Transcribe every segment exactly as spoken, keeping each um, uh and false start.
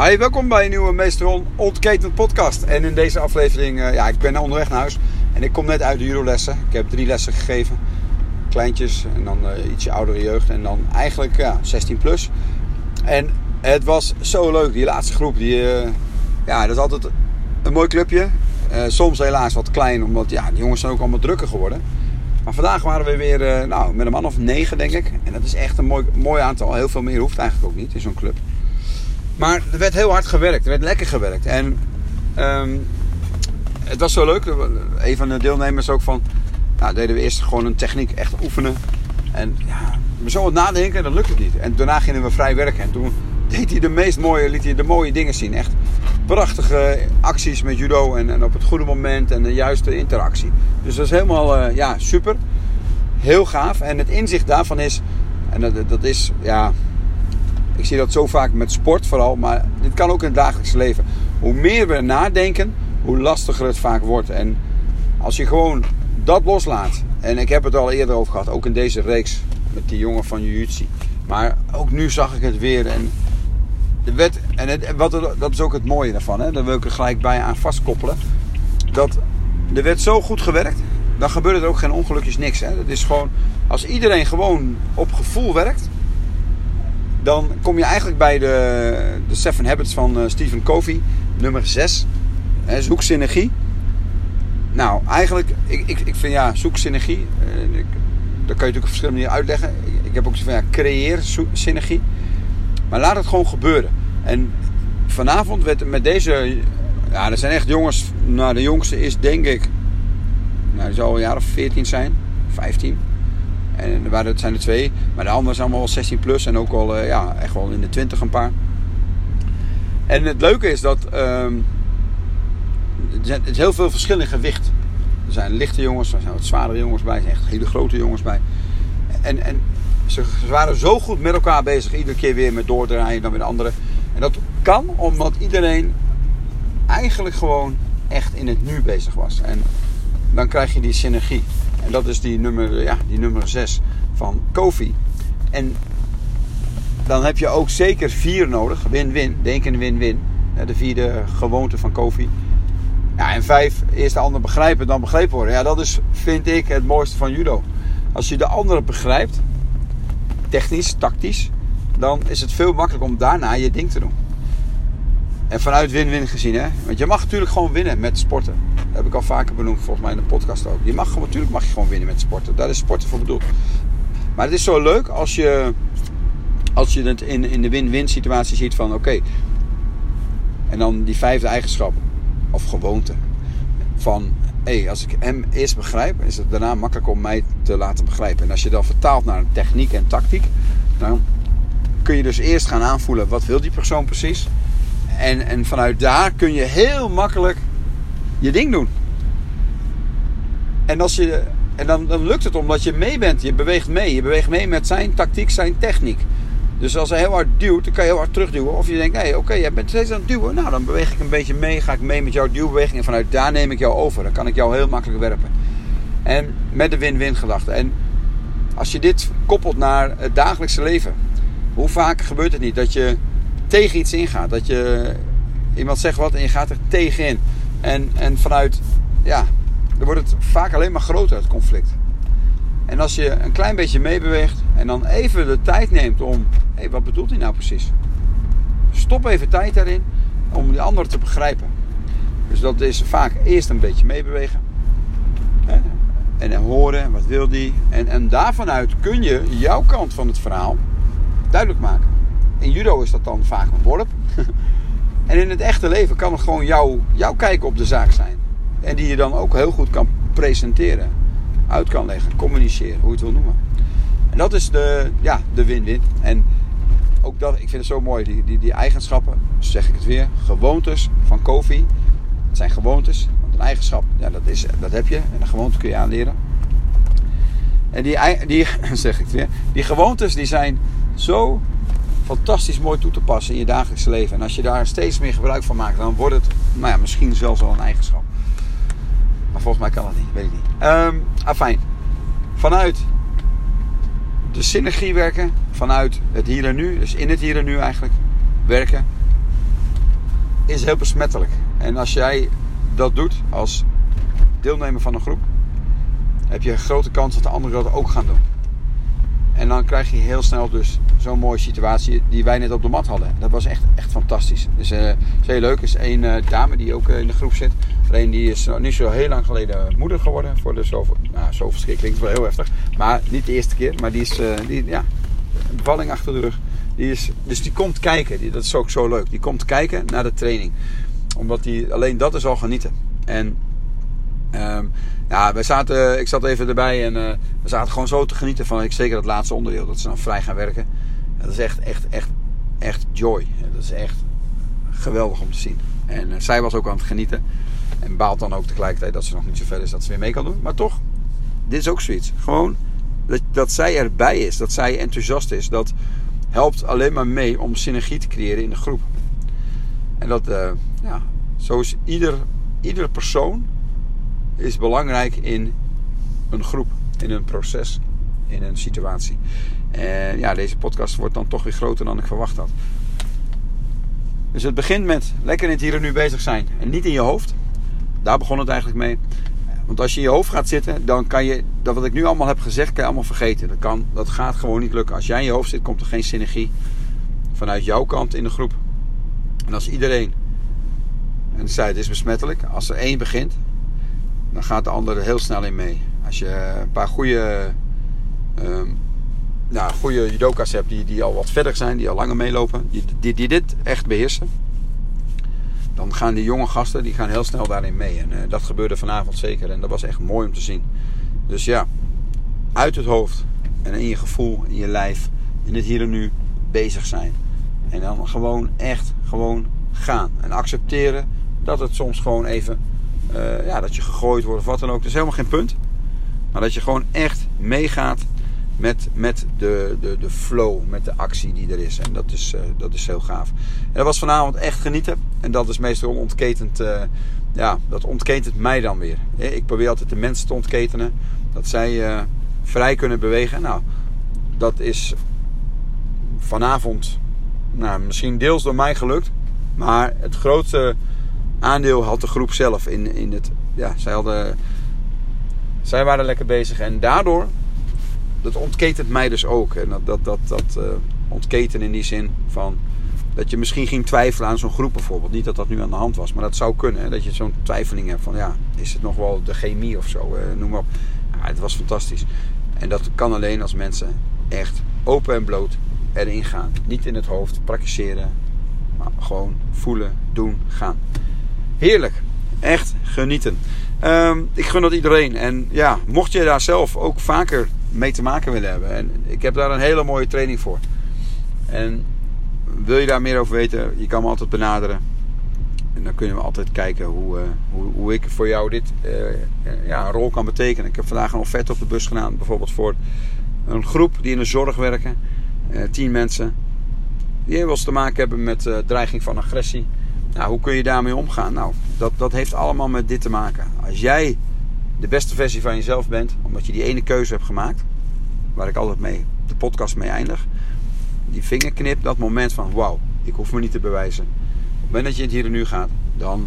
Hi, welkom bij een nieuwe Meester Ron Ontketend podcast. En in deze aflevering, uh, ja, ik ben onderweg naar huis en ik kom net uit de judolessen. Ik heb drie lessen gegeven. Kleintjes en dan uh, ietsje oudere jeugd en dan eigenlijk ja, zestien plus. En het was zo leuk, die laatste groep. Die, uh, ja, dat is altijd een mooi clubje. Uh, soms helaas wat klein, omdat ja, die jongens zijn ook allemaal drukker geworden. Maar vandaag waren we weer uh, nou, met een man of negen, denk ik. En dat is echt een mooi, mooi aantal. Heel veel meer hoeft eigenlijk ook niet in zo'n club. Maar er werd heel hard gewerkt. Er werd lekker gewerkt. En um, het was zo leuk. Een van de deelnemers ook van... Nou, deden we eerst gewoon een techniek echt oefenen. En ja, we zo wat nadenken, dat lukt het niet. En daarna gingen we vrij werken. En toen deed hij de meest mooie, liet hij de mooie dingen zien. Echt prachtige acties met judo. En, en op het goede moment. En de juiste interactie. Dus dat is helemaal uh, ja, super. Heel gaaf. En het inzicht daarvan is... En dat, dat is... ja. Ik zie dat zo vaak met sport vooral, maar dit kan ook in het dagelijks leven. Hoe meer we nadenken, hoe lastiger het vaak wordt. En als je gewoon dat loslaat, en ik heb het al eerder over gehad, ook in deze reeks met die jongen van Jiu-Jitsu. Maar ook nu zag ik het weer. En, de wet, en het, wat er, dat is ook het mooie daarvan, hè? Daar wil ik er gelijk bij aan vastkoppelen. Dat er werd zo goed gewerkt, dan gebeurt er ook geen ongelukjes, niks. Hè? Dat is gewoon, als iedereen gewoon op gevoel werkt, dan kom je eigenlijk bij de, de Seven Habits van uh, Stephen Covey, nummer zes. Hè, zoek synergie. Nou, eigenlijk, ik, ik, ik vind ja, zoek synergie. Uh, ik, dat kan je natuurlijk op verschillende manieren uitleggen. Ik, ik heb ook zo van ja, creëer zoek, synergie. Maar laat het gewoon gebeuren. En vanavond werd met deze, ja, er zijn echt jongens. Nou, de jongste is denk ik, nou, die zal een jaar of veertien zijn, vijftien. En het zijn er twee. Maar de anderen zijn allemaal wel zestien plus. En ook al uh, ja, echt wel in de twintig een paar. En het leuke is dat... Um, er is heel veel verschil in gewicht. Er zijn lichte jongens. Er zijn wat zwaardere jongens bij. Er zijn echt hele grote jongens bij. En, en ze, ze waren zo goed met elkaar bezig. Iedere keer weer met doordraaien dan weer de andere. En dat kan omdat iedereen eigenlijk gewoon echt in het nu bezig was. En dan krijg je die synergie. En dat is die nummer, ja, die nummer zes van Covey. En dan heb je ook zeker vier nodig. Win-win. Denk in win-win. De vierde gewoonte van Covey. Ja, en vijf. Eerst de ander begrijpen, dan begrepen worden. Ja, dat is, vind ik, het mooiste van judo. Als je de andere begrijpt, technisch, tactisch, dan is het veel makkelijker om daarna je ding te doen. En vanuit win-win gezien, hè. Want je mag natuurlijk gewoon winnen met sporten. Dat heb ik al vaker benoemd, volgens mij in de podcast ook. Je mag gewoon, natuurlijk mag je gewoon winnen met sporten. Daar is sporten voor bedoeld. Maar het is zo leuk als je, als je het in, in de win-win situatie ziet van oké. Okay, en dan die vijfde eigenschap. Of gewoonte. Van, hé, hey, als ik hem eerst begrijp, is het daarna makkelijk om mij te laten begrijpen. En als je dan vertaalt naar techniek en tactiek, dan kun je dus eerst gaan aanvoelen, wat wil die persoon precies? En, en vanuit daar kun je heel makkelijk je ding doen. En, als je, en dan, dan lukt het omdat je mee bent. Je beweegt mee. Je beweegt mee met zijn tactiek, zijn techniek. Dus als hij heel hard duwt, dan kan je heel hard terugduwen. Of je denkt, nee, oké, okay, jij bent steeds aan het duwen. Nou, dan beweeg ik een beetje mee. Ga ik mee met jouw duwbeweging. En vanuit daar neem ik jou over. Dan kan ik jou heel makkelijk werpen. En met de win-win gedachte. En als je dit koppelt naar het dagelijkse leven. Hoe vaak gebeurt het niet dat je tegen iets ingaat? Dat je iemand zegt wat en je gaat er tegenin. En, en vanuit, ja, dan wordt het vaak alleen maar groter, het conflict. En als je een klein beetje meebeweegt en dan even de tijd neemt om, hé, hey, wat bedoelt hij nou precies? Stop even tijd daarin om die ander te begrijpen. Dus dat is vaak eerst een beetje meebewegen. Hè? En dan horen, wat wil die? En, en daarvanuit kun je jouw kant van het verhaal duidelijk maken. In judo is dat dan vaak een worp. En in het echte leven kan het gewoon jouw, jouw kijk op de zaak zijn. En die je dan ook heel goed kan presenteren. Uit kan leggen, communiceren, hoe je het wil noemen. En dat is de, ja, de win-win. En ook dat, ik vind het zo mooi, die, die, die eigenschappen, zeg ik het weer, gewoontes van Covey. Het zijn gewoontes, want een eigenschap, ja, dat, is, dat heb je. En een gewoonte kun je aanleren. En die, die, zeg ik het weer, die gewoontes die zijn zo fantastisch mooi toe te passen in je dagelijkse leven. En als je daar steeds meer gebruik van maakt, dan wordt het, nou ja, misschien zelfs wel een eigenschap. Maar volgens mij kan dat niet, weet ik niet. Um, afijn. Vanuit de synergie werken, vanuit het hier en nu, dus in het hier en nu eigenlijk werken. is heel besmettelijk. En als jij dat doet als deelnemer van een groep, heb je een grote kans dat de anderen dat ook gaan doen. En dan krijg je heel snel dus zo'n mooie situatie die wij net op de mat hadden. Dat was echt, echt fantastisch. Dus uh, is heel leuk. Er is één uh, dame die ook uh, in de groep zit. Alleen die is uh, niet zo heel lang geleden moeder geworden. Voor de zoveel, nou, zo verschrikkelijk, wel heel heftig. Maar niet de eerste keer. Maar die is, uh, die, ja, een bevalling achter de rug. Die is, dus die komt kijken. Die, dat is ook zo leuk. Die komt kijken naar de training. Omdat die, alleen dat is al genieten. En um, ja, wij zaten, ik zat even erbij en uh, we zaten gewoon zo te genieten van, ik zeker dat laatste onderdeel, dat ze dan vrij gaan werken. Dat is echt, echt, echt, echt joy. Dat is echt geweldig om te zien. En uh, zij was ook aan het genieten. En baalt dan ook tegelijkertijd dat ze nog niet zo ver is dat ze weer mee kan doen. Maar toch, dit is ook zoiets. Gewoon dat, dat zij erbij is, dat zij enthousiast is, dat helpt alleen maar mee om synergie te creëren in de groep. En dat, uh, ja, zo is ieder, ieder persoon is belangrijk in een groep, in een proces, in een situatie. En ja, deze podcast wordt dan toch weer groter dan ik verwacht had. Dus het begint met lekker in het hier en nu bezig zijn en niet in je hoofd. Daar begon het eigenlijk mee. Want als je in je hoofd gaat zitten, dan kan je, dat wat ik nu allemaal heb gezegd, kan je allemaal vergeten. Dat, kan, dat gaat gewoon niet lukken. Als jij in je hoofd zit, komt er geen synergie vanuit jouw kant in de groep. En als iedereen, en ik zei het is besmettelijk, als er één begint, dan gaat de ander er heel snel in mee. Als je een paar goede, um, nou, goede judoka's hebt die, die al wat verder zijn, die al langer meelopen, die, die, die dit echt beheersen, dan gaan die jonge gasten die gaan heel snel daarin mee. En uh, dat gebeurde vanavond zeker. En dat was echt mooi om te zien. Dus ja, uit het hoofd en in je gevoel, in je lijf, in het hier en nu bezig zijn. En dan gewoon echt gewoon gaan. En accepteren dat het soms gewoon even, uh, ja, dat je gegooid wordt of wat dan ook. Dat is helemaal geen punt. Maar dat je gewoon echt meegaat met, met de, de, de flow, met de actie die er is. En dat is, uh, dat is heel gaaf. En dat was vanavond echt genieten. En dat is meestal ontketend, uh, ja, dat ontketent mij dan weer. Ik probeer altijd de mensen te ontketenen. Dat zij uh, vrij kunnen bewegen. Nou, dat is vanavond, nou, misschien deels door mij gelukt. Maar het grootste aandeel had de groep zelf in, in het. Ja, zij hadden. Zij waren lekker bezig. En daardoor, dat ontketent mij dus ook. En dat, dat, dat, dat uh, ontketen in die zin van dat je misschien ging twijfelen aan zo'n groep bijvoorbeeld. Niet dat dat nu aan de hand was, maar dat zou kunnen. Hè? Dat je zo'n twijfeling hebt van, ja, is het nog wel de chemie of zo? Uh, noem maar op. Ja, het was fantastisch. En dat kan alleen als mensen echt open en bloot erin gaan. Niet in het hoofd praktiseren, maar gewoon voelen, doen, gaan. Heerlijk. Echt genieten. Um, ik gun dat iedereen. En ja, mocht je daar zelf ook vaker mee te maken willen hebben. En ik heb daar een hele mooie training voor. En wil je daar meer over weten, je kan me altijd benaderen. En dan kunnen we altijd kijken hoe, uh, hoe, hoe ik voor jou dit uh, ja, een rol kan betekenen. Ik heb vandaag een offerte op de bus gedaan. Bijvoorbeeld voor een groep die in de zorg werken. Uh, tien mensen. Die heel eens te maken hebben met uh, dreiging van agressie. Nou, hoe kun je daarmee omgaan? Nou, dat, dat heeft allemaal met dit te maken. Als jij de beste versie van jezelf bent, omdat je die ene keuze hebt gemaakt, waar ik altijd mee de podcast mee eindig, die vingerknip, dat moment van wauw, ik hoef me niet te bewijzen. Op het moment dat je in het hier en nu gaat, dan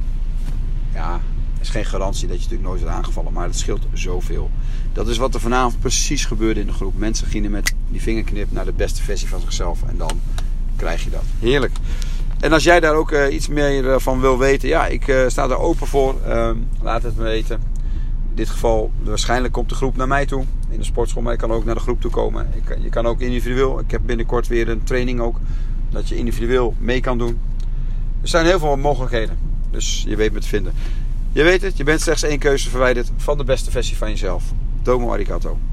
ja, is geen garantie dat je natuurlijk nooit wordt aangevallen, maar het scheelt zoveel. Dat is wat er vanavond precies gebeurde in de groep. Mensen gingen met die vingerknip naar de beste versie van zichzelf en dan krijg je dat. Heerlijk. En als jij daar ook uh, iets meer uh, van wil weten, ja, ik uh, sta daar open voor. Uh, laat het me weten. In dit geval, waarschijnlijk komt de groep naar mij toe in de sportschool, maar je kan ook naar de groep toe komen. Je, je kan ook individueel. Ik heb binnenkort weer een training ook, dat je individueel mee kan doen. Er zijn heel veel mogelijkheden, dus je weet me te vinden. Je weet het, je bent slechts één keuze verwijderd van de beste versie van jezelf. Domo arigato.